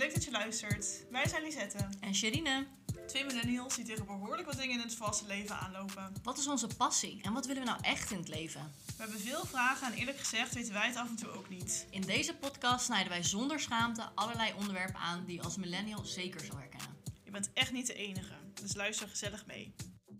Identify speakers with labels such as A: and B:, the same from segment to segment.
A: leuk dat je luistert. Wij zijn Lisette.
B: En Sherine.
A: 2 millennials die tegen behoorlijk wat dingen in het volwassen leven aanlopen.
B: Wat is onze passie en wat willen we nou echt in het leven?
A: We hebben veel vragen en eerlijk gezegd weten wij het af en toe ook niet.
B: In deze podcast snijden wij zonder schaamte allerlei onderwerpen aan die je als millennial zeker zal herkennen.
A: Je bent echt niet de enige, dus luister gezellig mee.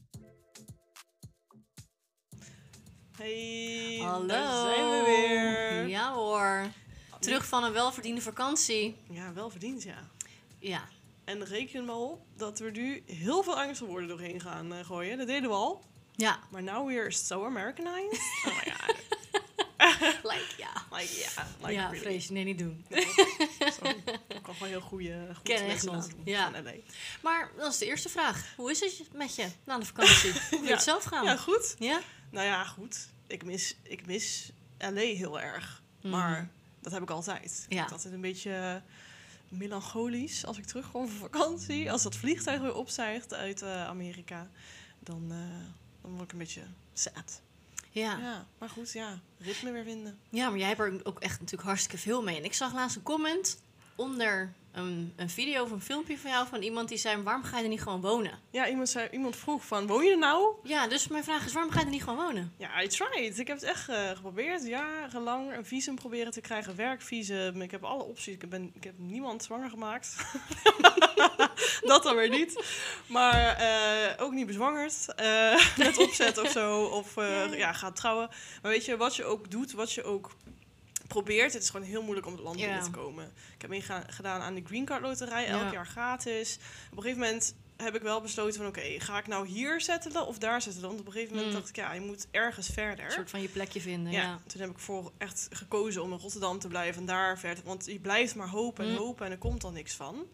A: Hey,
C: Hallo.
A: daar zijn we weer.
C: Ja hoor. Terug van een welverdiende vakantie.
A: Ja, wel verdiend, ja.
C: Ja.
A: En reken maar op dat we nu heel veel Engelse woorden doorheen gaan gooien. Dat deden we al.
C: Ja.
A: Maar nou weer so Americanized. Oh my god. Like
C: Ja,
A: really.
C: vrees je. Nee, niet doen.
A: Sorry. Ik kan gewoon heel goed
C: Ken
A: Nederlands
C: Engels.
A: doen
C: Ja.
A: van LA.
C: Maar dat is de eerste vraag. Hoe is het met je na de vakantie? Hoe wil je het zelf gaan?
A: Ja, goed.
C: Ja?
A: Nou ja, goed. Ik mis LA heel erg. Maar dat heb ik altijd.
C: Ja.
A: Ik ben altijd een beetje melancholisch als ik terugkom van vakantie. Als dat vliegtuig weer opstijgt uit Amerika, dan word ik een beetje sad.
C: Ja.
A: Ja, maar goed, ja. Ritme weer vinden.
C: Ja, maar jij hebt er ook echt natuurlijk hartstikke veel mee. En ik zag laatst een comment onder een video of een filmpje van jou van iemand die zei: waarom ga je er niet gewoon wonen?
A: Ja, iemand vroeg van, woon je er nou?
C: Ja, dus mijn vraag is: waarom ga je er niet gewoon wonen?
A: Ja, I tried. Ik heb het echt geprobeerd. Jarenlang een visum proberen te krijgen. Werkvisum. Ik heb alle opties. Ik heb niemand zwanger gemaakt. Dat dan weer niet. Maar ook niet bezwangerd. Met opzet of zo. Of gaat trouwen. Maar weet je, wat je ook doet, wat je ook probeert. Het is gewoon heel moeilijk om het land binnen te komen. Ik heb meegedaan aan de Green Card Loterij. Elk jaar gratis. Op een gegeven moment heb ik wel besloten van oké, ga ik nou hier settelen of daar settelen? Want op een gegeven moment dacht ik, ja, je moet ergens verder.
C: Een soort van je plekje vinden.
A: Ja, toen heb ik voor echt gekozen om in Rotterdam te blijven en daar verder. Want je blijft maar hopen en hopen en er komt dan niks van.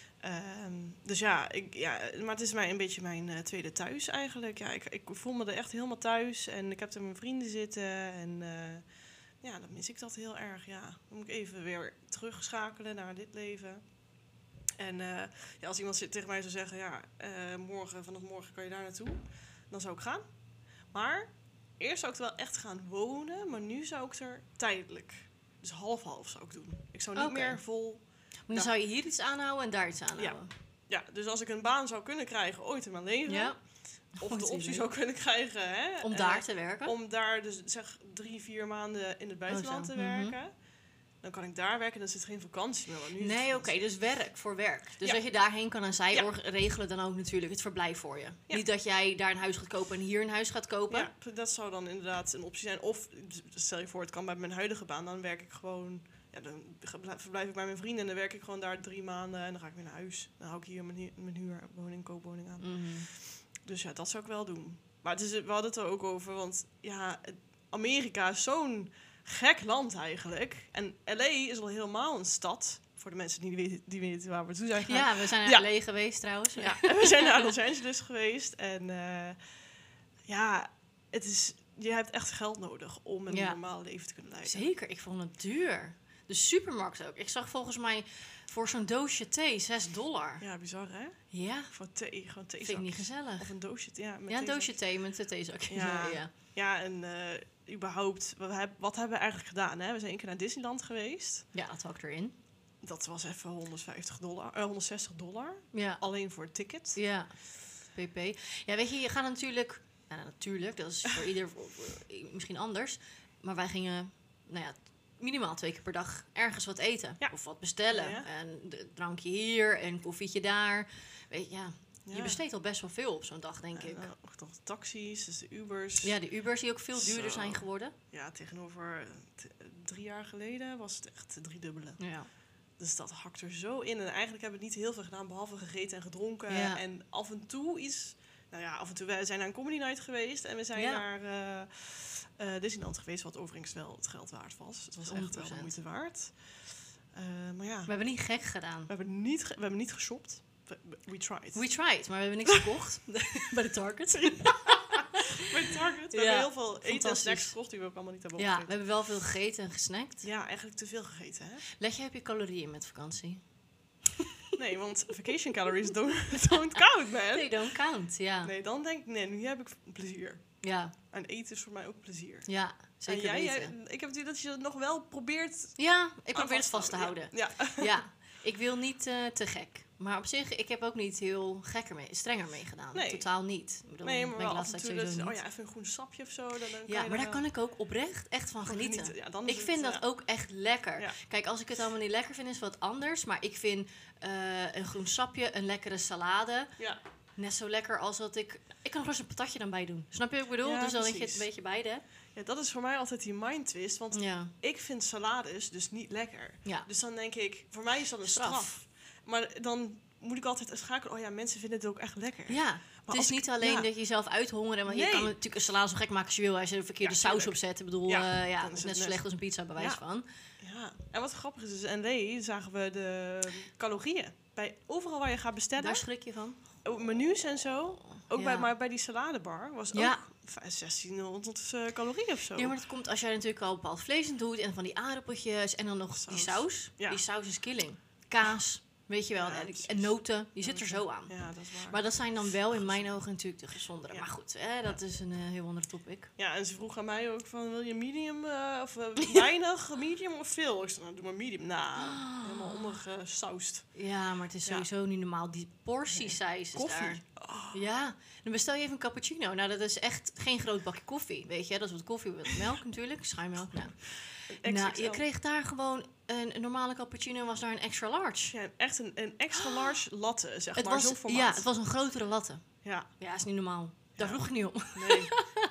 A: Dus maar het is een beetje mijn tweede thuis eigenlijk. Ja, ik voel me er echt helemaal thuis en ik heb er mijn vrienden zitten en dan mis ik dat heel erg. Ja, dan moet ik even weer terugschakelen naar dit leven. En als iemand tegen mij zou zeggen, vanaf morgen kan je daar naartoe, dan zou ik gaan. Maar eerst zou ik er wel echt gaan wonen, maar nu zou ik er tijdelijk. Dus half-half zou ik doen. Ik zou niet meer vol.
C: Maar dan zou je hier iets aanhouden en daar iets aanhouden.
A: Ja, dus als ik een baan zou kunnen krijgen ooit in mijn leven, of de optie zou kunnen krijgen,
C: om daar te werken.
A: Om daar dus 3-4 maanden in het buitenland te werken. Dan kan ik daar werken, dan zit geen vakantie meer. Nu
C: nee, oké, dus werk voor werk. Dus dat je daarheen kan en zij regelen dan ook natuurlijk het verblijf voor je. Ja. Niet dat jij daar een huis gaat kopen en hier een huis gaat kopen.
A: Ja, dat zou dan inderdaad een optie zijn. Of stel je voor, het kan bij mijn huidige baan, dan werk ik gewoon. Ja, dan verblijf ik bij mijn vrienden en dan werk ik gewoon daar 3 maanden en dan ga ik weer naar huis. Dan hou ik hier mijn huurwoning, koopwoning aan. Dus ja, dat zou ik wel doen. Maar we hadden het er ook over, want Amerika is zo'n gek land eigenlijk. En LA is al helemaal een stad. Voor de mensen die weten waar we toe zijn gegaan.
C: Ja, we zijn naar LA geweest trouwens.
A: Ja, we zijn naar Los Angeles geweest. En je hebt echt geld nodig om een normaal leven te kunnen leiden.
C: Zeker, ik vond het duur. De supermarkt ook. Ik zag volgens mij voor zo'n doosje thee $6.
A: Ja, bizar hè?
C: Ja.
A: Voor thee, gewoon theezak.
C: Vind ik niet gezellig.
A: Of een doosje thee.
C: Een doosje thee met een theezakje.
A: Ja, en überhaupt, wat hebben we eigenlijk gedaan? Hè? We zijn 1 keer naar Disneyland geweest.
C: Ja, dat had ik erin.
A: Dat was even $160.
C: Ja.
A: Alleen voor het ticket.
C: Ja, pp. Ja, weet je gaat natuurlijk... Nou, natuurlijk, dat is voor ieder misschien anders. Maar wij gingen, minimaal 2 keer per dag ergens wat eten. Ja. Of wat bestellen. Ja. En een drankje hier en koffietje daar. Weet je, je besteedt al best wel veel op zo'n dag, denk ik.
A: Ook nog de taxis, dus de Ubers.
C: Ja, de Ubers die ook veel duurder zijn geworden.
A: Ja, tegenover 3 jaar geleden was het echt 3-dubbele.
C: Ja.
A: Dus dat hakt er zo in. En eigenlijk hebben we niet heel veel gedaan, behalve gegeten en gedronken. Ja. En af en toe iets... af en toe, we zijn naar een comedy night geweest. En we zijn naar Disneyland geweest, wat overigens wel het geld waard was. Het was echt wel de moeite waard. Maar ja...
C: We hebben niet gek gedaan.
A: We hebben niet geshopt. We tried.
C: Maar we hebben niks gekocht. Bij de Target.
A: Bij Target. We hebben heel veel eten en snacks gekocht die we ook allemaal niet hebben opgegeten.
C: Ja, we hebben wel veel gegeten en gesnackt.
A: Ja, eigenlijk te veel gegeten, hè?
C: Leg jij op je calorieën met vakantie?
A: Nee, want vacation calories don't count, man.
C: They don't count, ja.
A: Nee, dan denk ik, nu heb ik plezier.
C: Ja.
A: En eten is voor mij ook plezier.
C: Ja, zeker weten.
A: Ik heb het idee dat je het nog wel probeert...
C: Ja, ik probeer het vast te houden.
A: Ja.
C: Ja. Ik wil niet te gek. Maar op zich, ik heb ook niet heel strenger mee gedaan.
A: Nee.
C: Totaal niet. Ik bedoel,
A: Nee, maar
C: ben ik
A: wel af
C: laatste
A: en
C: tijd
A: toe dat,
C: sowieso niet.
A: even een groen sapje of zo. Dan kan
C: Ja,
A: je
C: maar
A: er,
C: daar kan ik ook oprecht echt van genieten.
A: Ja, dan is
C: Ik vind
A: het,
C: dat ook echt lekker.
A: Ja.
C: Kijk, als ik het allemaal niet lekker vind, is wat anders. Maar ik vind een groen sapje, een lekkere salade...
A: Ja.
C: net zo lekker als dat ik... Ik kan er gewoon een patatje dan bij doen. Snap je wat ik bedoel?
A: Ja,
C: Dus dan dat je het
A: precies.
C: een beetje beide hebt.
A: Ja, dat is voor mij altijd die mind twist. Want
C: Ja.
A: ik vind salades dus niet lekker.
C: Ja.
A: Dus dan denk ik, voor mij is dat een
C: Straf.
A: straf. Maar dan moet ik altijd schakelen. Oh ja, mensen vinden het ook echt lekker.
C: Ja, het
A: als
C: is niet
A: ik-
C: alleen
A: ja.
C: dat je jezelf uithongert. Want je
A: Nee.
C: kan natuurlijk een salade zo gek maken als je wil. Als je er verkeerde
A: Ja,
C: saus
A: tuurlijk.
C: op zet. Ik bedoel,
A: Ja,
C: ja,
A: dan
C: het
A: is
C: is net
A: het
C: zo
A: net-
C: slecht als een pizza, bij wijze
A: Ja.
C: van.
A: Ja. En wat grappig is, in L.A. zagen we de calorieën. Bij overal waar je gaat bestellen,
C: Daar schrik je van.
A: ook menus en zo. Ook
C: Ja.
A: maar bij die saladebar was
C: Ja.
A: ook 1600 calorieën of zo.
C: Ja, maar dat komt als jij natuurlijk al bepaald vlees in doet. En van die aardappeltjes. En dan nog die saus.
A: Ja.
C: Die saus is killing. Kaas, weet je wel.
A: Ja,
C: en
A: precies.
C: noten, die zit er zo aan.
A: Ja, dat is waar.
C: Maar dat zijn dan wel in mijn ogen natuurlijk de gezondere.
A: Ja.
C: Maar goed, dat is een heel ander topic.
A: Ja, en ze vroeg aan mij ook van, wil je medium of weinig, medium of veel? Ik zei, nou, doe maar medium. Nou, helemaal ondergesausd.
C: Ja, maar het is
A: Ja.
C: sowieso niet normaal. Die portie-size is
A: Koffie.
C: daar. Ja, dan bestel je even een cappuccino. Nou, dat is echt geen groot bakje koffie, weet je. Dat is wat koffie met melk natuurlijk, schuimmelk. Nou, je kreeg daar gewoon een normale cappuccino, was daar een extra large.
A: Ja, echt een extra large latte, zeg
C: Het
A: maar,
C: was,
A: zo'n formaat.
C: ja, het was een grotere latte.
A: Ja,
C: Ja, is niet normaal. Daar
A: Ja.
C: vroeg ik niet om.
A: nee.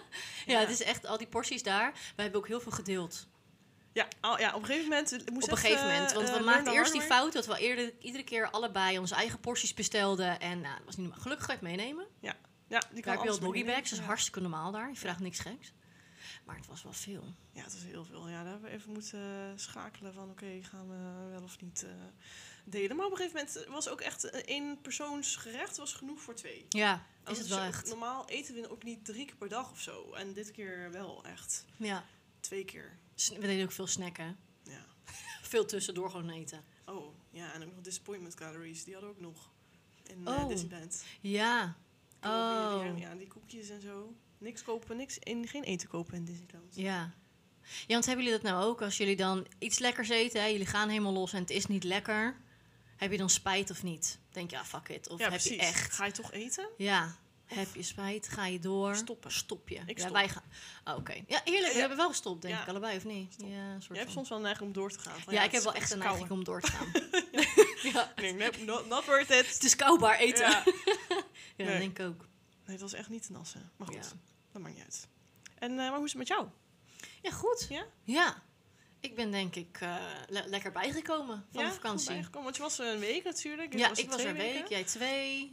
C: Ja, het is echt al die porties daar. Wij hebben ook heel veel gedeeld.
A: Ja, ja, op een gegeven moment... het moest
C: Op een gegeven moment. Want we maakten eerst die
A: fout.
C: fout dat we iedere keer allebei onze eigen porties bestelden. En dat was niet normaal. Gelukkig ga ik meenemen.
A: Ja, die
C: Daar
A: kan
C: heb je al
A: alles
C: doggybags,
A: meenemen.
C: dat is hartstikke normaal daar. Je vraagt niks geks. Maar het was wel veel.
A: Ja, het is heel veel. Ja, daar hebben we even moeten schakelen van, oké, gaan we wel of niet delen. Maar op een gegeven moment was ook echt één persoonsgerecht was genoeg voor 2.
C: Ja, is
A: Anders
C: het wel
A: ook-
C: echt.
A: Normaal eten we ook niet 3 keer per dag of zo. En dit keer wel echt
C: Ja.
A: 2 keer.
C: We deden ook veel snacken.
A: Ja.
C: Veel tussendoor gewoon eten.
A: Oh, ja, en ook nog disappointment calories. Die hadden we ook nog in
C: Oh.
A: Disneyland.
C: Ja. Oh.
A: Ja, die koekjes en zo. Niks kopen, geen eten kopen in Disneyland.
C: Ja. Ja, want hebben jullie dat nou ook? Als jullie dan iets lekkers eten, hè, jullie gaan helemaal los en het is niet lekker. Heb je dan spijt of niet? Denk je, ja, fuck it. Of
A: Ja,
C: heb je
A: precies.
C: echt...
A: Ga je toch eten?
C: Ja. Heb je spijt? Ga je door?
A: Stoppen.
C: Stop je?
A: Ik
C: Ja,
A: stop.
C: wij gaan... Oh, oké. Ja, heerlijk. We
A: Ja.
C: hebben wel gestopt, denk
A: Ja.
C: ik. Allebei, of niet?
A: Stop.
C: Ja, een soort
A: Jij hebt
C: van.
A: soms wel een neiging om door te gaan. Van,
C: Ja, ik
A: het
C: heb
A: is-
C: wel
A: het
C: echt
A: is
C: een
A: koude.
C: neiging om door te gaan. Ja.
A: Ik denk, nee, not worth it.
C: Het is koudbaar eten.
A: Ja.
C: Ja,
A: Nee.
C: dat denk ik ook.
A: Nee, het was echt niet te nassen. Maar goed,
C: Ja.
A: dat maakt niet uit. En maar hoe is het met jou?
C: Ja, goed.
A: Ja?
C: Ja. Ik ben denk ik lekker bijgekomen van de
A: Goed
C: vakantie.
A: bijgekomen? Want je was er een week natuurlijk.
C: Ja,
A: er
C: ik was er
A: 2
C: een week,
A: weken.
C: jij 2.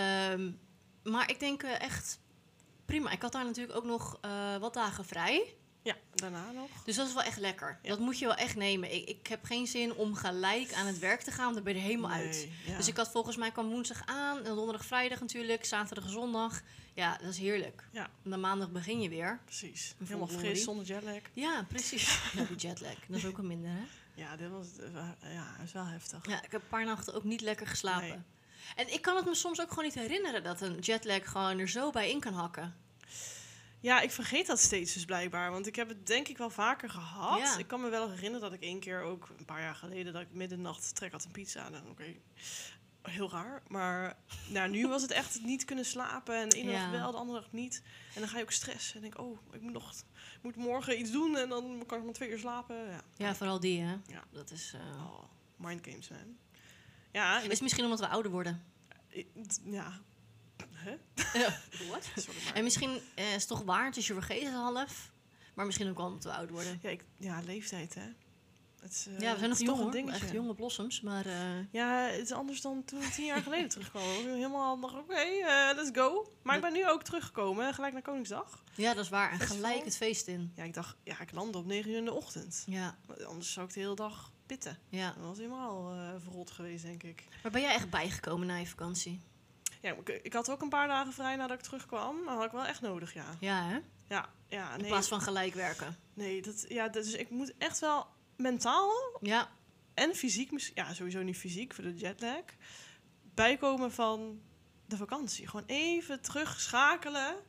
C: Maar ik denk echt prima. Ik had daar natuurlijk ook nog wat dagen vrij.
A: Ja, daarna nog.
C: Dus dat is wel echt lekker.
A: Ja.
C: Dat moet je wel echt nemen. Ik heb geen zin om gelijk aan het werk te gaan. Dan ben je er helemaal uit.
A: Nee, ja.
C: Dus ik had volgens mij kwam woensdag aan. En donderdag, vrijdag natuurlijk. Zaterdag en zondag. Ja, dat is heerlijk.
A: Ja.
C: En dan maandag begin je weer.
A: Precies.
C: Een
A: Helemaal
C: vol
A: fris,
C: glorie.
A: zonder jetlag.
C: Ja, precies. Ja, die jetlag. Dat is ook een minder, hè?
A: Ja, dit was, ja, dat is wel heftig.
C: Ja, ik heb een paar nachten ook niet lekker geslapen.
A: Nee.
C: En ik kan het me soms ook gewoon niet herinneren dat een jetlag gewoon er zo bij in kan hakken.
A: Ja, ik vergeet dat steeds dus blijkbaar. Want ik heb het denk ik wel vaker gehad.
C: Ja.
A: Ik kan me wel herinneren dat ik 1 keer ook een paar jaar geleden... dat ik middernacht trek had een pizza. En dan oké, heel raar. Maar nou, nu was het echt niet kunnen slapen. En de ene
C: Ja.
A: dag wel, de andere dag niet. En dan ga je ook stressen. En denk oh, ik moet morgen iets doen. En dan kan ik maar 2 uur slapen. Ja,
C: Ja, vooral die, hè?
A: Ja.
C: Dat is...
A: Oh, mind games, man. Ja, en
C: is misschien omdat we ouder worden.
A: ja. Huh?
C: What?
A: Sorry, maar...
C: En misschien is het toch waar, het is je vergeten half. Maar misschien ook wel omdat we ouder worden.
A: Ja, leeftijd, hè. Het is,
C: Ja, we zijn
A: het
C: nog
A: is toch
C: jong,
A: een
C: hoor.
A: dingetje.
C: Echt jonge blossoms, maar...
A: Ja, het is anders dan toen we 10 jaar geleden terugkwamen. Helemaal nog, oké, let's go. Maar ik ben nu ook teruggekomen, gelijk naar Koningsdag.
C: Ja, dat is waar. En
A: Festival.
C: gelijk het feest in.
A: Ja, ik dacht, ja, ik landde op 9 uur in de ochtend.
C: Ja,
A: Maar anders zou ik de hele dag pitten.
C: ja.
A: Dat was helemaal verrot geweest, denk ik.
C: Maar ben jij echt bijgekomen na je vakantie?
A: Ja, ik had ook een paar dagen vrij nadat ik terugkwam. Maar had ik wel echt nodig, ja.
C: Ja, hè?
A: Ja,
C: In
A: nee.
C: plaats van gelijk werken.
A: Nee, dus ik moet echt wel mentaal
C: Ja,
A: en fysiek, ja, sowieso niet fysiek voor de jetlag, bijkomen van de vakantie. Gewoon even terugschakelen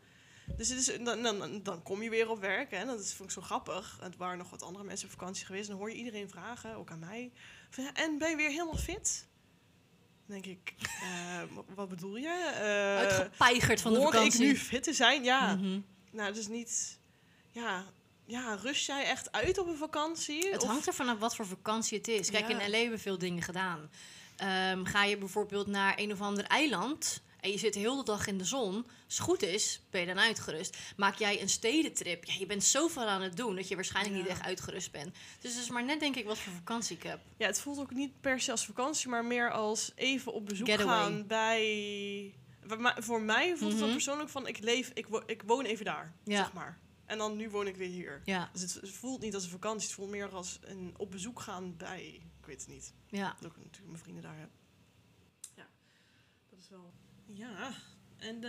A: Dus het is, dan kom je weer op werk. Hè? Dat vond ik zo grappig. Het waren nog wat andere mensen op vakantie geweest. En dan hoor je iedereen vragen, ook aan mij. Van, ja, en ben je weer helemaal fit? Dan denk ik, wat bedoel je?
C: Uitgepeigerd van de
A: hoor
C: vakantie.
A: ik nu fit te zijn? Ja.
C: Mhm.
A: Nou, het is niet... Ja, rust jij echt uit op een vakantie?
C: Het hangt er vanaf wat voor vakantie het is. Kijk,
A: Ja.
C: in LA hebben we veel dingen gedaan. Ga je bijvoorbeeld naar een of ander eiland en je zit de hele dag in de zon, als het goed is, ben je dan uitgerust. Maak jij een stedentrip, je bent zoveel aan het doen dat je waarschijnlijk niet echt uitgerust bent. Dus het is maar net denk ik wat voor vakantie ik heb.
A: Ja, het voelt ook niet per se als vakantie, maar meer als even op bezoek
C: Getaway.
A: gaan bij... Voor mij voelt het wel persoonlijk van, ik woon even daar,
C: Ja.
A: zeg maar. En dan nu woon ik weer hier.
C: Ja,
A: Dus het voelt niet als een vakantie, het voelt meer als een op bezoek gaan bij... Ik weet het niet.
C: ja.
A: Dat ik natuurlijk mijn vrienden daar heb. Ja, dat is wel... Ja, en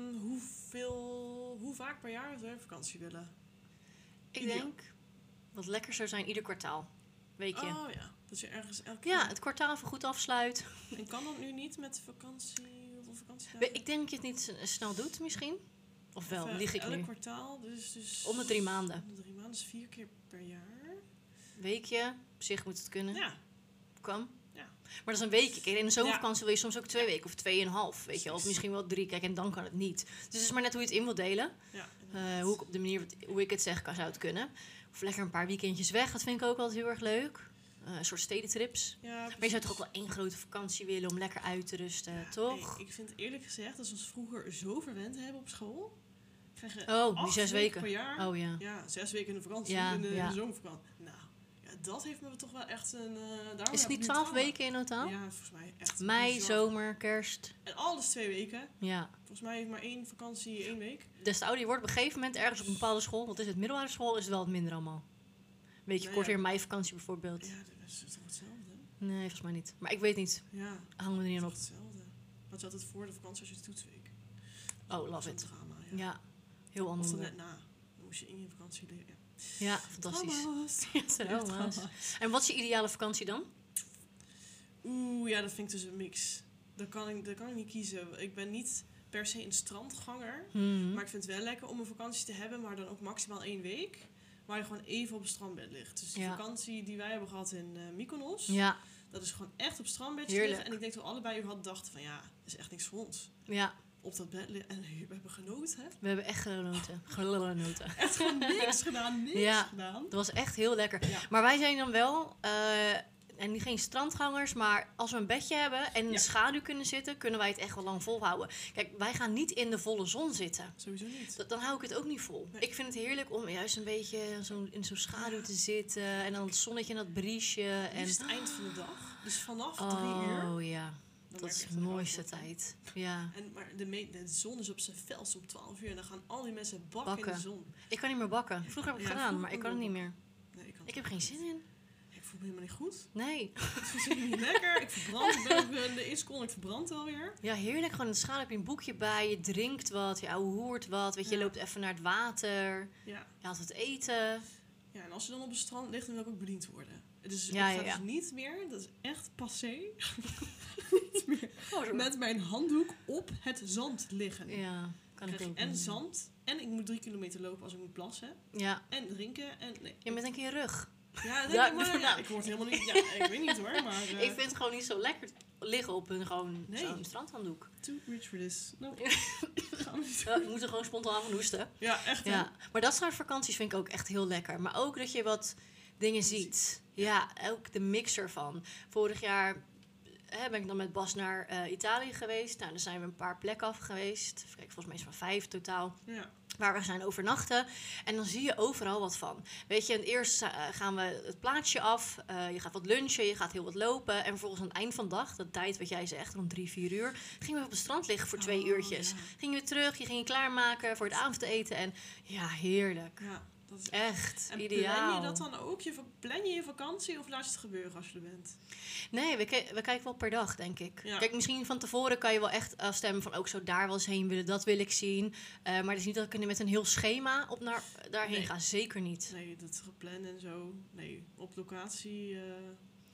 A: hoe vaak per jaar zou je vakantie willen?
C: Ik
A: Ideaal.
C: denk wat lekker zou zijn ieder kwartaal. Weekje.
A: Oh ja, dat je ergens elke
C: Ja, het kwartaal even goed afsluit.
A: En kan dat nu niet met vakantie? Hoeveel vakantie?
C: Ik denk dat je het niet snel doet misschien. Of wel, lieg ik
A: elk
C: nu.
A: kwartaal, dus...
C: Om de 3 maanden.
A: Om de 3 maanden, dus 4 keer per jaar.
C: Weekje, op zich moet het kunnen.
A: Ja.
C: Kan.
A: Ja.
C: Maar dat is een weekje. Kijk, in de zomervakantie wil je soms ook 2 weken of 2,5. Weet je wel, of
A: Precies.
C: misschien wel 3. Kijk, en dan kan het niet. Dus het is maar net hoe je het in wil delen.
A: Ja,
C: Hoe ik op de manier hoe ik het zeg, zou het kunnen. Of lekker een paar weekendjes weg. Dat vind ik ook altijd heel erg leuk. Een soort stedentrips.
A: ja,
C: Maar je zou toch ook wel één grote vakantie willen om lekker uit te rusten, toch?
A: Ik vind eerlijk gezegd dat ze ons vroeger zo verwend hebben op school. Krijgen
C: Oh, die
A: 8
C: 6 weken.
A: per jaar.
C: Oh ja.
A: Ja, 6 weken in de vakantie,
C: Ja,
A: in de
C: ja.
A: zomervakantie. Nou, ja, dat heeft me toch wel echt een... daarom
C: Is het
A: heb ik
C: niet
A: nu
C: 12
A: trauma.
C: weken in totaal?
A: Ja, volgens mij echt.
C: Mei,
A: bizar.
C: zomer, kerst.
A: En alles 2 weken.
C: Ja.
A: Volgens mij heeft maar 1 vakantie 1 week.
C: Des te ouder je wordt, op een gegeven moment ergens op een bepaalde school, wat is het, middelbare school, is het wel wat minder allemaal. Weet je,
A: Nou
C: kort
A: ja.
C: weer meivakantie bijvoorbeeld.
A: Ja, dat is toch hetzelfde?
C: Nee, volgens mij niet. Maar ik weet niet.
A: Ja,
C: Hangen we er niet
A: dat
C: aan
A: is
C: op.
A: toch hetzelfde. Want je had het voor de vakantie als je de toetsweek.
C: Oh, love
A: Zo'n
C: it.
A: drama,
C: Ja, heel
A: Of
C: anders.
A: dan net na. Dan moest je in je vakantie leren. Ja.
C: Ja, fantastisch.
A: Trauma's.
C: Ja, trauma's. En wat is je ideale vakantie dan?
A: Oeh, ja, dat vind ik dus een mix. Dat kan ik niet kiezen. Ik ben niet per se een strandganger.
C: Hmm.
A: Maar ik vind het wel lekker om een vakantie te hebben, maar dan ook maximaal 1 week. Waar je gewoon even op het strandbed ligt. Dus de
C: Ja.
A: vakantie die wij hebben gehad in Mykonos,
C: Ja,
A: dat is gewoon echt op het strandbedje
C: Heerlijk.
A: liggen. En ik denk dat we allebei überhaupt dachten van ja, dat is echt niks voor ons.
C: ja,
A: Op dat bed liggen. En we hebben genoten, hè?
C: we hebben echt genoten. Genoten.
A: Echt gewoon niks gedaan, niks
C: Ja.
A: gedaan.
C: Dat was echt heel lekker.
A: Ja.
C: Maar wij zijn dan wel, en geen strandgangers, maar als we een bedje hebben en in de
A: Ja.
C: schaduw kunnen zitten, kunnen wij het echt wel lang volhouden. Kijk, wij gaan niet in de volle zon zitten.
A: Sowieso niet.
C: Dan hou ik het ook niet vol.
A: Nee.
C: Ik vind het heerlijk om juist een beetje in zo'n schaduw te zitten. En dan het zonnetje en dat briesje.
A: En
C: En...
A: is het eind van de dag. Dus vanaf 3 uur.
C: Oh ja,
A: dan
C: dat
A: merk
C: is
A: je
C: de
A: echt
C: mooiste
A: dat ik
C: tijd. Ja.
A: Maar de zon is op zijn felst om 12 uur. En dan gaan al die mensen bakken in
C: Bakken.
A: de zon.
C: Ik kan niet meer bakken. Vroeger heb ik het
A: Ja,
C: gedaan,
A: vroeger
C: maar ik
A: kon
C: kan het
A: ik
C: niet
A: ook.
C: meer.
A: Nee,
C: Ik heb er geen zin in.
A: Ik voel me helemaal niet goed.
C: Nee.
A: Het voelt me niet lekker. Ik verbrand. De eerste seconde, ik verbrand alweer.
C: Ja, heerlijk. Gewoon in de schaduw heb je een boekje bij. Je drinkt wat, je hoort wat. Weet je, je
A: Ja.
C: loopt even naar het water.
A: Ja.
C: Je haalt wat eten.
A: Ja, en als je dan op het strand ligt, dan wil ik ook bediend worden. Dus
C: Ja,
A: ik ga
C: ja, ja.
A: dus niet meer, dat is echt passé, niet meer
C: Oh,
A: met mijn handdoek op het zand liggen.
C: Ja, kan
A: Ik
C: ik
A: krijg
C: ook
A: en
C: niet.
A: zand, en ik moet 3 kilometer lopen als ik moet plassen,
C: Ja.
A: en drinken, en nee.
C: Je bent denk ik je rug.
A: Ja, denk
C: Ja,
A: ik, maar,
C: ja.
A: ik word helemaal niet, ja, ik weet niet hoor, maar
C: Ik vind het gewoon niet zo lekker liggen op een gewoon
A: Nee.
C: zo'n strandhanddoek.
A: too rich for this. No. Gaan we niet
C: Ja, ik moet er gewoon spontaan van hoesten.
A: Ja, echt hè?
C: Ja, maar dat soort vakanties vind ik ook echt heel lekker. Maar ook dat je wat dingen ziet. Ja, ook de mix ervan. Vorig jaar ben ik dan met Bas naar Italië geweest. Nou, daar zijn we een paar plekken af geweest. Even kijken, volgens mij is het van 5 totaal.
A: Ja.
C: Waar we zijn overnachten. En dan zie je overal wat van. Weet je, en eerst gaan we het plaatsje af. Je gaat wat lunchen, je gaat heel wat lopen. En vervolgens aan het eind van de dag, de tijd wat jij zegt, rond 3, 4 uur, gingen we op het strand liggen voor 2
A: Oh,
C: uurtjes.
A: ja.
C: Gingen we terug, je ging je klaarmaken voor het avondeten. En ja, heerlijk.
A: Ja, dat is
C: Echt,
A: En
C: ideaal.
A: plan je dat dan ook? Plan je je vakantie of laat je het gebeuren als je er bent?
C: Nee, we kijken wel per dag, denk ik.
A: Ja.
C: Kijk, misschien van tevoren kan je wel echt afstemmen van... ook zo daar wel eens heen willen, dat wil ik zien. Maar het is niet dat ik er met een heel schema daarheen
A: Nee.
C: ga. Zeker niet.
A: Nee, dat is gepland en zo. Nee, op locatie.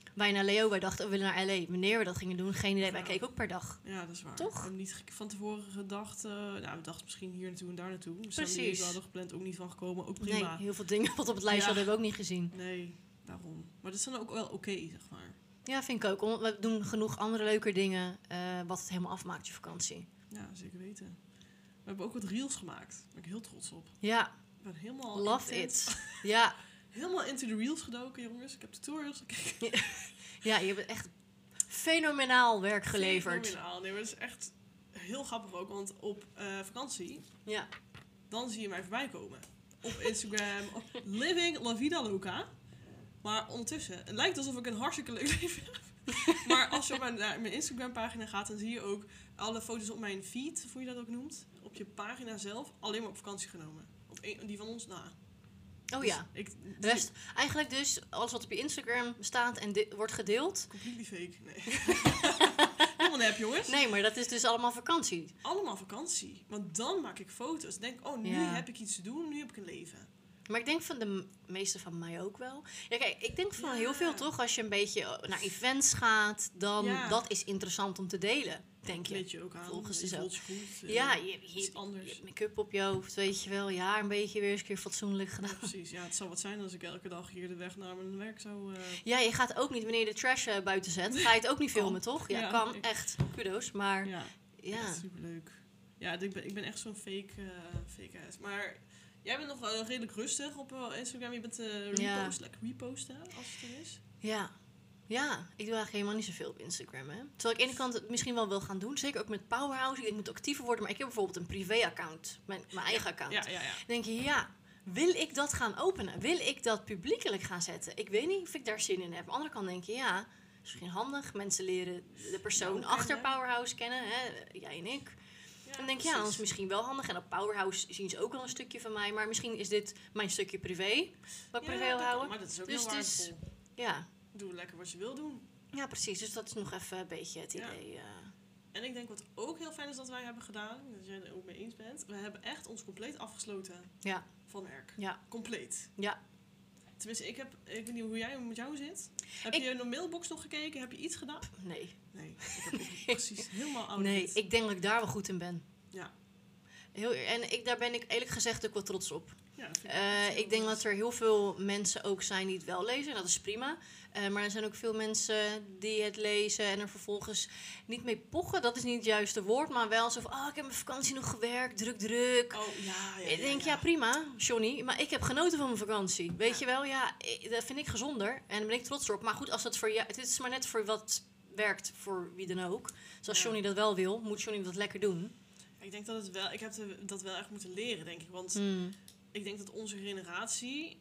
C: Wij naar Leo, wij dachten we willen naar LA. Wanneer we dat gingen doen, geen idee. Wij keken ook per dag.
A: Ja, dat is waar.
C: Toch?
A: We hebben niet van tevoren gedacht... we dachten misschien hier naartoe en daar naartoe. We zijn
C: Precies.
A: er niet hadden gepland, ook niet van gekomen. Ook prima.
C: Nee, heel veel dingen wat op het lijstje hadden we ook niet gezien.
A: Nee, daarom. Maar dat is dan ook wel oké, zeg maar.
C: Ja, vind ik ook. We doen genoeg andere leuke dingen wat het helemaal afmaakt, je vakantie.
A: Ja, zeker weten. We hebben ook wat reels gemaakt. Daar ben ik heel trots op.
C: Ja,
A: Ik ben helemaal...
C: love
A: intens-
C: it. Ja.
A: Helemaal into the reels gedoken, jongens. Ik heb tutorials gekeken.
C: Ja, je hebt echt fenomenaal werk geleverd.
A: Fenomenaal. Nee, maar dat is echt heel grappig ook. Want op vakantie,
C: Ja.
A: dan zie je mij voorbij komen. Op Instagram. Op Living La Vida Loca. Maar ondertussen, het lijkt alsof ik een hartstikke leuk leven heb. Maar als je op naar mijn Instagram pagina gaat, dan zie je ook alle foto's op mijn feed, hoe je dat ook noemt. Op je pagina zelf, alleen maar op vakantie genomen. Die van ons na.
C: Oh
A: Dus
C: ja. De rest, eigenlijk dus alles wat op je Instagram staat en wordt gedeeld.
A: Completely fake. Nee. Helemaal nep, jongens.
C: Nee, maar dat is dus allemaal vakantie.
A: Allemaal vakantie. Want dan maak ik foto's. Dan denk ik, oh, nu
C: Ja.
A: heb ik iets te doen. Nu heb ik een leven.
C: Maar ik denk van de meeste van mij ook wel. Ja, kijk, ik denk van
A: Ja.
C: heel veel toch. Als je een beetje naar events gaat, dan
A: Ja.
C: dat is interessant om te delen, denk je.
A: Weet je ook aan.
C: Volgens
A: je
C: de
A: voelt je goed.
C: Ja, je
A: iets
C: hebt
A: anders.
C: make-up op je hoofd, weet je wel. Ja, een beetje weer eens een keer fatsoenlijk gedaan.
A: Ja, precies. Ja, het zou wat zijn als ik elke dag hier de weg naar mijn werk zou...
C: Ja, je gaat ook niet, wanneer je de trash buiten zet, ga je het ook niet
A: Kan.
C: filmen, toch? Ja,
A: Ja,
C: kan,
A: ik-
C: echt. Kudos, maar
A: Ja,
C: ja.
A: echt superleuk. Ja, ik ben echt zo'n fake ass. Maar jij bent nog redelijk rustig op Instagram. Je bent lekker reposten als het er is.
C: Ja. Ja, ik doe eigenlijk helemaal niet zoveel op Instagram, hè. Terwijl ik aan de ene kant het misschien wel wil gaan doen. Zeker ook met Powerhouse. Ik denk, ik moet actiever worden. Maar ik heb bijvoorbeeld een privé-account. Mijn eigen account.
A: Ja.
C: Dan denk je, ja, wil ik dat gaan openen? Wil ik dat publiekelijk gaan zetten? Ik weet niet of ik daar zin in heb. Aan de andere kant denk je, ja, is misschien handig. Mensen leren de persoon
A: Nou,
C: achter
A: kennen.
C: Powerhouse kennen. Hè? Jij en ik. Dan denk je, ja,
A: precies.
C: dat is misschien wel handig. En op Powerhouse zien ze ook wel een stukje van mij. Maar misschien is dit mijn stukje privé. Wat ik privé wil
A: dat kan,
C: houden.
A: maar dat is ook
C: Dus
A: heel
C: het is-
A: waardevol.
C: Ja.
A: Doe lekker wat je wil doen.
C: Ja, precies. Dus dat is nog even een beetje het
A: Ja.
C: idee.
A: En ik denk wat ook heel fijn is dat wij hebben gedaan, dat jij er ook mee eens bent, we hebben echt ons compleet afgesloten
C: Ja,
A: van werk.
C: ja,
A: Compleet.
C: ja.
A: Tenminste, ik weet niet hoe jij met jou zit. Heb
C: Ik-
A: je in de mailbox nog gekeken? Heb je iets gedaan?
C: Nee.
A: Nee, ik heb ook precies helemaal oud.
C: Nee, ik denk dat ik daar wel goed in ben.
A: Ja.
C: Daar ben ik eerlijk gezegd ook wel trots op.
A: Ja, dat vind echt
C: Ik denk dat er heel veel mensen ook zijn die het wel lezen. Dat is prima. Maar er zijn ook veel mensen die het lezen en er vervolgens niet mee pochen. Dat is niet het juiste woord, maar wel zo van... Oh, ik heb mijn vakantie nog gewerkt, druk.
A: Oh, ja.
C: Ik denk, ja, prima, Johnny. Maar ik heb genoten van mijn vakantie. Weet je wel, ja, dat vind ik gezonder. En daar ben ik trots op. Maar goed, als dat voor jou... Het is maar net voor wat werkt voor wie dan ook. Zoals
A: Ja.
C: Johnny dat wel wil, moet Johnny dat lekker doen.
A: Ik denk dat het wel... Ik heb dat wel echt moeten leren, denk ik. Want ik denk dat onze generatie...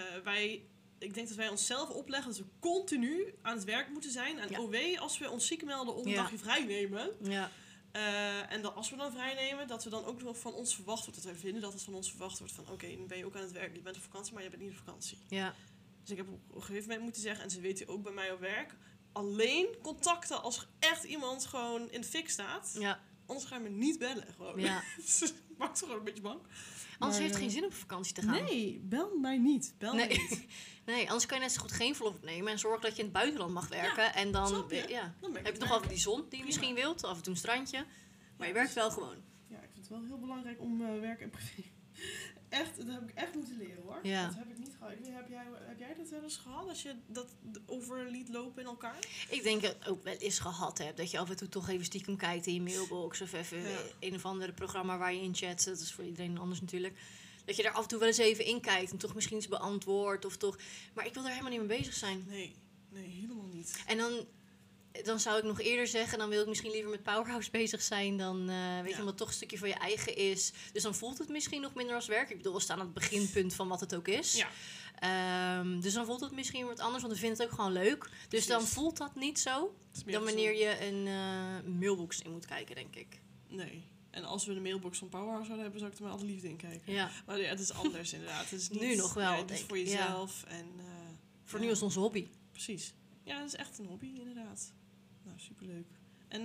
A: Ik denk dat wij onszelf opleggen dat we continu aan het werk moeten zijn. En
C: Ja.
A: OW, als we ons ziek melden om een
C: Ja.
A: dagje vrij nemen...
C: Ja,
A: en dat als we dan vrij nemen, dat we dan ook nog van ons verwacht wordt. Dat wij vinden dat het van ons verwacht wordt van... Oké, dan ben je ook aan het werk. Je bent op vakantie, maar je bent niet op vakantie.
C: ja.
A: Dus ik heb op een gegeven moment moeten zeggen... En ze weten ook bij mij op werk... Alleen contacten als er echt iemand gewoon in de fik staat.
C: Ja,
A: Anders ga je me niet bellen. Gewoon.
C: ja.
A: Het maakt ze gewoon een beetje bang.
C: Anders heeft het
A: Maar,
C: geen zin om op vakantie te gaan.
A: Nee, bel mij niet. Bel mij
C: Nee.
A: niet.
C: Nee, anders kan je net zo goed geen vlog opnemen en zorg dat je in het buitenland mag werken. En dan
A: snap je?
C: ja,
A: Dan ben ik
C: heb je
A: het
C: nog altijd die zon die je
A: Prima.
C: misschien wilt. Af en toe een strandje. Maar je
A: Ja,
C: werkt wel gewoon.
A: Ja, ik vind het wel heel belangrijk om werk en privé... Echt, dat heb ik echt moeten leren hoor.
C: Ja.
A: Dat heb ik niet gehad. Heb jij dat wel eens gehad? Als je dat over liet lopen in elkaar?
C: Ik denk dat ik ook wel eens gehad heb. Dat je af en toe toch even stiekem kijkt in je mailbox. Of even
A: Ja.
C: een of andere programma waar je in chat. Dat is voor iedereen anders natuurlijk. Dat je daar af en toe wel eens even in kijkt. En toch misschien iets beantwoordt. Of toch... Maar ik wil daar helemaal niet mee bezig zijn.
A: Nee, helemaal niet.
C: En dan zou ik nog eerder zeggen... Dan wil ik misschien liever met Powerhouse bezig zijn. Dan weet je,
A: Ja.
C: omdat het toch een stukje van je eigen is. Dus dan voelt het misschien nog minder als werk. Ik bedoel, we staan aan het beginpunt van wat het ook is.
A: Ja.
C: Dus dan voelt het misschien wat anders. Want we vinden het ook gewoon leuk. Dus
A: Precies.
C: dan voelt dat niet zo.
A: Het is meer
C: Dan
A: gezond.
C: wanneer je een mailbox in moet kijken, denk ik.
A: Nee. En als we de mailbox van Powerhouse zouden hebben, zou ik er met alle liefde in kijken.
C: Ja.
A: Maar ja, het is anders inderdaad. Het is niet,
C: Nu nog wel,
A: Ja, het is
C: denk
A: voor
C: ik.
A: jezelf. En,
C: Voor
A: ja,
C: nu is onze hobby.
A: Precies. Ja, dat is echt een hobby inderdaad. Nou, superleuk. En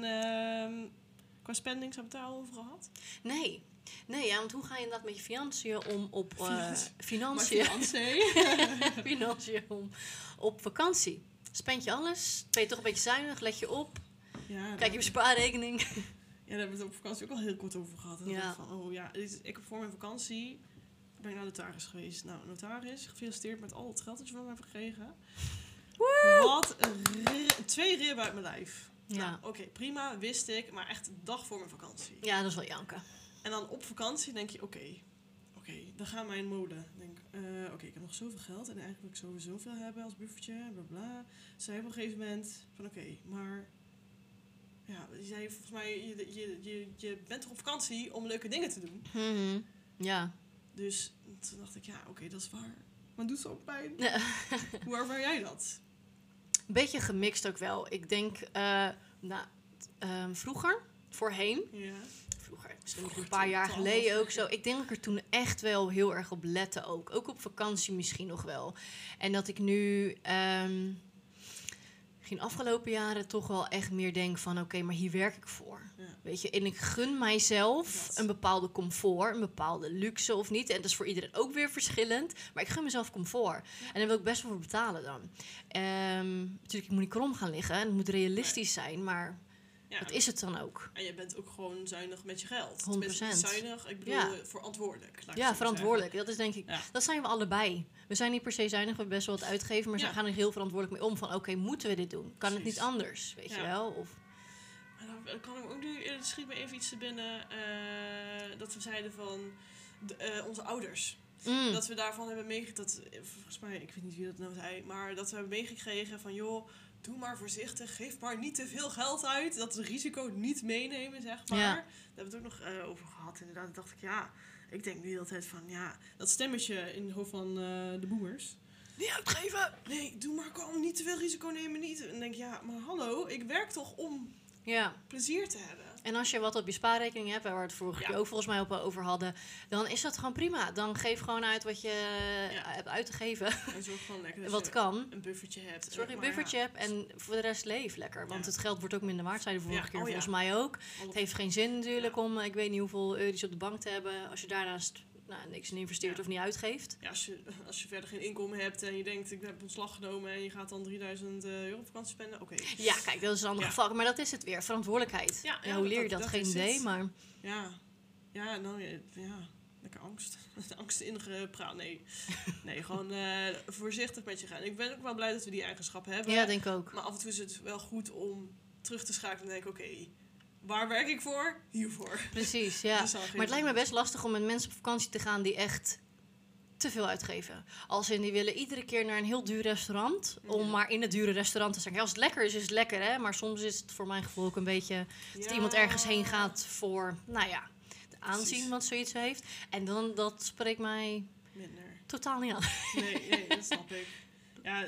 A: qua spendings hebben we het daar al over gehad?
C: Nee. Nee, ja, want hoe ga je inderdaad met je financiën om
A: Financiën.
C: financiën,
A: Maar financiën.
C: financiën om op vakantie? Spend je alles? Ben je toch een beetje zuinig? Let je op?
A: Ja,
C: Kijk je op spaarrekening?
A: Ja, daar hebben we het op vakantie ook al heel kort over gehad. En dan
C: Ja.
A: dacht ik van, oh ja, ik heb voor mijn vakantie ben ik naar de notaris geweest. Nou, notaris, gefeliciteerd met al het geld dat je van me hebt gekregen. Wat een 2 ribben uit mijn lijf.
C: Ja.
A: Nou, oké, prima, wist ik, maar echt de dag voor mijn vakantie.
C: Ja, dat is wel janken.
A: En dan op vakantie denk je, oké, dan gaan mijn molen. Denk, oké, ik heb nog zoveel geld en eigenlijk wil ik sowieso veel hebben als buffertje, bla bla. Zei op een gegeven moment van oké, maar ja, je zei volgens mij, je bent toch op vakantie om leuke dingen te doen.
C: Mhm. Ja.
A: Dus toen dacht ik, ja, oké, dat is waar. Maar doet ze ook pijn?
C: Ja.
A: Hoe ervaar jij dat?
C: Een beetje gemixt ook wel. Ik denk, vroeger, voorheen,
A: Ja.
C: vroeger, dus een paar jaar geleden ook zo. Ik denk dat ik er toen echt wel heel erg op lette ook. Ook op vakantie misschien nog wel. En dat ik nu, misschien afgelopen jaren toch wel echt meer denk van oké, maar hier werk ik voor.
A: Ja.
C: Weet je, en ik gun mijzelf
A: Dat.
C: een bepaalde comfort, een bepaalde luxe of niet. En dat is voor iedereen ook weer verschillend. Maar ik gun mezelf comfort. En daar wil ik best wel voor betalen dan. Natuurlijk, ik moet niet krom gaan liggen. En het moet realistisch zijn, maar
A: Ja,
C: dat is het dan ook.
A: en je bent ook gewoon zuinig met je geld.
C: 100%.
A: Tenminste, niet zuinig, ik bedoel verantwoordelijk. laat ik het
C: Ja,
A: zo
C: verantwoordelijk. Dat is denk ik,
A: Ja.
C: dat zijn we allebei. We zijn niet per se zuinig, we hebben best wel wat uitgeven, maar
A: Ja.
C: ze gaan er heel verantwoordelijk mee om. Van oké, moeten we dit doen? Kan het
A: Precies.
C: niet anders? Weet
A: Ja.
C: je wel? Of,
A: zeggen. Dan kan ik ook nu, er schiet me even iets te binnen, dat we zeiden van onze ouders. Dat we daarvan hebben meegekregen, volgens mij, ik weet niet wie dat nou zei, maar dat we hebben meegekregen van joh, doe maar voorzichtig, geef maar niet te veel geld uit, dat we het risico niet meenemen, zeg maar.
C: Ja.
A: Daar hebben we het ook nog over gehad, inderdaad. Toen dacht ik, ja, ik denk nu altijd van, ja, dat stemmetje in het hoofd van de boomers.
C: niet uitgeven!
A: Nee, doe maar kalm, niet te veel risico nemen, niet. En dan denk ik, ja, maar hallo, ik werk toch om
C: Ja.
A: plezier te hebben.
C: En als je wat op je spaarrekening hebt, waar we het vorige keer ook volgens mij over hadden, dan is dat gewoon prima. Dan geef gewoon uit wat je hebt uit te geven.
A: En zorg gewoon lekker dat
C: Wat
A: je
C: kan.
A: een buffertje hebt.
C: Zorg je een
A: Maar
C: buffertje hebt en voor de rest leef lekker. Want
A: Ja.
C: het geld wordt ook minder waard, zei de vorige
A: Ja,
C: keer
A: oh ja.
C: volgens mij ook.
A: alle-
C: Het heeft geen zin natuurlijk om, ik weet niet hoeveel euro's op de bank te hebben. Als je daarnaast niks in investeert
A: Ja.
C: of niet uitgeeft.
A: Ja, als je verder geen inkomen hebt en je denkt, ik heb ontslag genomen en je gaat dan 3000 euro op vakantie spenden, oké.
C: Ja, kijk, dat is een ander
A: Ja.
C: geval. Maar dat is het weer, verantwoordelijkheid.
A: Ja,
C: Ja, hoe leer je
A: dat
C: dat? Geen
A: is
C: idee,
A: het.
C: maar...
A: Ja, nou ja, lekker angst. Angst ingepraat, nee. Nee, gewoon voorzichtig met je gaan. Ik ben ook wel blij dat we die eigenschap hebben.
C: Ja, denk ik ook.
A: Maar af en toe is het wel goed om terug te schakelen en denken, oké, waar werk ik voor? Hiervoor.
C: Precies, ja.
A: Dus dan geen-
C: Maar het lijkt me best lastig om met mensen op vakantie te gaan die echt te veel uitgeven. Als in die willen iedere keer naar een heel duur restaurant om maar in het dure restaurant te zijn. Ja, als het lekker is het lekker, hè. Maar soms is het voor mijn gevoel ook een beetje dat
A: Ja.
C: iemand ergens heen gaat voor, nou ja, de aanzien
A: Precies.
C: wat zoiets heeft. En dan, dat spreekt mij
A: Minder.
C: totaal niet aan.
A: Nee, dat snap ik. Ja,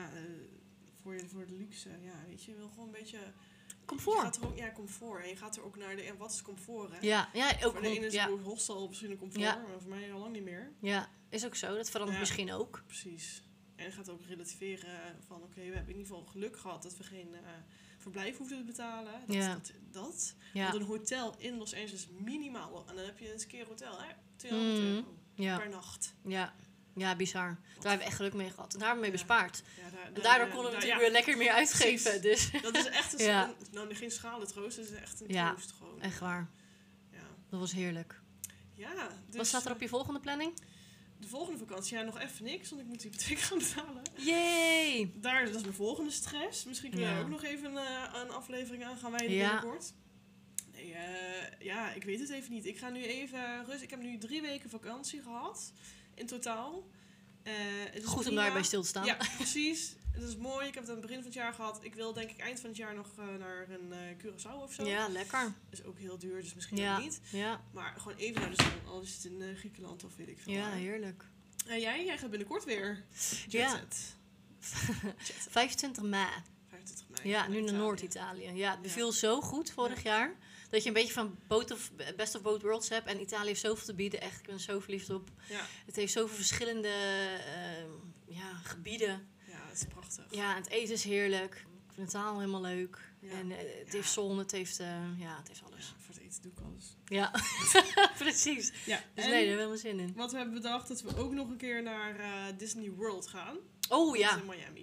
A: voor de luxe, ja, weet je, je wil gewoon een beetje... Je
C: Comfort.
A: gaat er ook, ja, comfort. En je gaat er ook naar de... En wat is comfort, hè?
C: Ja, ook
A: Voor de ene is
C: ja,
A: het hostel misschien een comfort,
C: Ja.
A: maar voor mij al lang niet meer.
C: ja, is ook zo. Dat verandert
A: Ja.
C: misschien ook.
A: Precies. En je gaat ook relativeren van, oké, we hebben in ieder geval geluk gehad dat we geen verblijf hoefden te betalen.
C: Ja.
A: Dat.
C: Ja,
A: Want een hotel in Los Angeles minimaal. En dan heb je eens een keer hotel, hè? 200
C: Mhm.
A: euro
C: ja,
A: per nacht.
C: ja. Ja, bizar. Daar hebben we echt geluk mee gehad. En daar hebben we mee
A: Ja.
C: bespaard.
A: Ja,
C: En daardoor konden we natuurlijk weer lekker meer uitgeven. Dus
A: Dat is echt een,
C: Ja.
A: nou, geen schalen troost, het is echt een
C: Ja,
A: troost gewoon.
C: echt waar.
A: Ja.
C: Dat was heerlijk.
A: Ja, dus
C: Wat staat er op je volgende planning?
A: de volgende vakantie? Ja, nog even niks, want ik moet de hypotheek gaan betalen.
C: Yay!
A: Dat is mijn volgende stress. Misschien kun je
C: Ja.
A: ook nog even een aflevering aan gaan wijden
C: Ja.
A: binnenkort. Nee, ja, ik weet het even niet. Ik ga nu even rust. Ik heb nu 3 weken vakantie gehad in totaal. Het is
C: Goed om
A: prima.
C: daarbij stil te staan.
A: Ja, precies. Het is mooi. Ik heb het aan het begin van het jaar gehad. Ik wil denk ik eind van het jaar nog naar een Curaçao of zo.
C: Ja, lekker.
A: Is ook heel duur, dus misschien
C: Ja.
A: ook niet.
C: Ja,
A: Maar gewoon even naar de zon. Al is het in Griekenland of weet ik veel.
C: ja
A: waar.
C: heerlijk.
A: En jij gaat binnenkort weer.
C: Ja.
A: Jet set.
C: 25 mei.
A: 25 mei.
C: Ja, nu naar
A: Italië.
C: Noord-Italië. Ja, het beviel zo goed vorig jaar. Dat je een beetje van best of both worlds hebt. En Italië heeft zoveel te bieden. Echt, ik ben er zo verliefd op.
A: Ja.
C: Het heeft zoveel verschillende gebieden.
A: Ja, dat is prachtig.
C: Ja, en het eten is heerlijk. Ik vind de taal helemaal leuk.
A: Ja.
C: En het
A: Ja.
C: heeft zon, het heeft, het heeft alles.
A: Ja, voor het eten doe ik alles.
C: Ja, precies.
A: Ja,
C: Dus
A: en
C: nee, daar hebben we helemaal zin in.
A: wat we hebben bedacht, dat we ook nog een keer naar Disney World gaan.
C: Oh
A: Dat
C: ja,
A: is in Miami.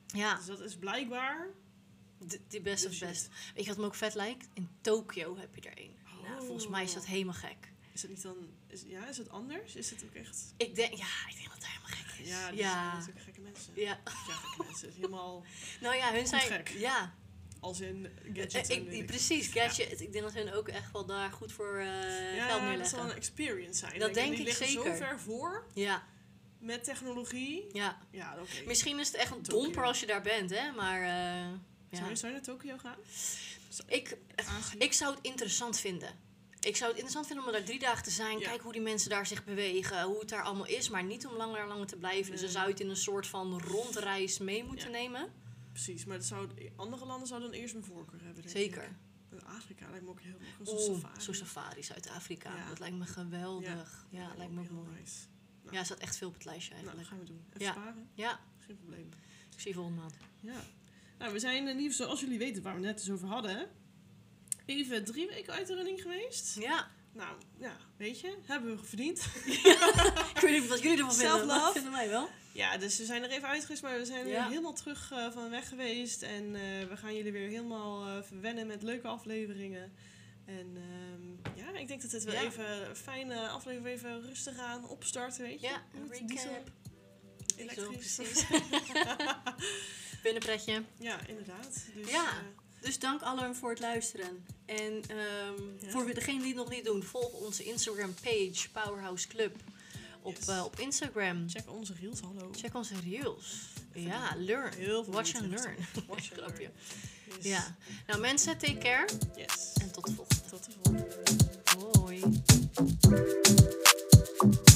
C: Ja,
A: Dus dat is blijkbaar...
C: die best
A: de
C: of
A: shit.
C: best. Weet je wat me ook vet lijkt? In Tokio heb je er één. Nou, volgens mij is dat helemaal gek.
A: Is het niet dan... Is het anders? Is het ook echt...
C: Ik denk dat het helemaal gek is.
A: Ja, die zijn natuurlijk gekke mensen.
C: Ja.
A: Ja, gekke mensen. Helemaal
C: Nou ja, hun
A: Goed
C: zijn...
A: gek.
C: Ja,
A: als in gadgets en weet ik
C: precies, gadget. Ik denk dat hun ook echt wel daar goed voor geld
A: Ja, dat zal
C: neerleggen.
A: een experience zijn.
C: Dat
A: En
C: denk
A: die
C: ik
A: liggen
C: zeker.
A: zo ver voor
C: Ja,
A: met technologie.
C: ja.
A: Ja, oké.
C: Misschien is het echt een
A: Tokio.
C: domper als je daar bent, hè. Maar
A: Zou je naar Tokio gaan?
C: ik zou het interessant vinden. Ik zou het interessant vinden om daar 3 dagen te zijn.
A: Ja.
C: Kijken hoe die mensen daar zich bewegen. Hoe het daar allemaal is. Maar niet om langer te blijven. Dus dan zou je het in een soort van rondreis mee moeten nemen.
A: Precies, maar andere landen zouden dan eerst een voorkeur hebben, denk
C: Zeker.
A: ik. En Afrika lijkt me ook heel mooi. Zo'n safari.
C: Zo'n safari, Zuid-Afrika.
A: Ja.
C: Dat lijkt me geweldig. Ja, lijkt me ook
A: heel
C: mooi.
A: nice. Nou,
C: Ja, er staat echt veel op het lijstje
A: nou, dat
C: eigenlijk.
A: gaan we doen. Even
C: Ja.
A: sparen,
C: Ja,
A: geen probleem.
C: ik zie je volgende maand.
A: Ja. Nou, we zijn in ieder geval, zoals jullie weten, waar we net eens over hadden, even 3 weken uit de running geweest.
C: Ja.
A: Nou, ja, weet je, hebben we verdiend.
C: Ik weet niet wat jullie ervan vinden.
A: Self-love.
C: Dat vinden wij wel.
A: Ja, dus we zijn er even uit geweest, maar we zijn weer
C: Ja.
A: helemaal terug van weg geweest. En we gaan jullie weer helemaal verwennen met leuke afleveringen. En ja, ik denk dat het wel
C: Ja.
A: even een fijne aflevering, even rustig aan opstarten, weet je.
C: Ja, een
A: Met
C: recap.
A: diesel,
C: Zo,
A: elektrisch.
C: precies. Binnenpretje.
A: Ja, inderdaad. Dus,
C: Ja. Dus dank allen voor het luisteren. En voor degenen die het nog niet doen, volg onze Instagram page Powerhouse Club op Instagram.
A: check onze reels, hallo.
C: Check onze reels. Ja, learn.
A: Heel veel
C: Watch and
A: moeite
C: learn.
A: Watch and
C: Grapje.
A: learn. Yes.
C: Ja. Nou mensen, take care.
A: Yes.
C: En tot de volgende.
A: Tot de volgende.
C: Hoi.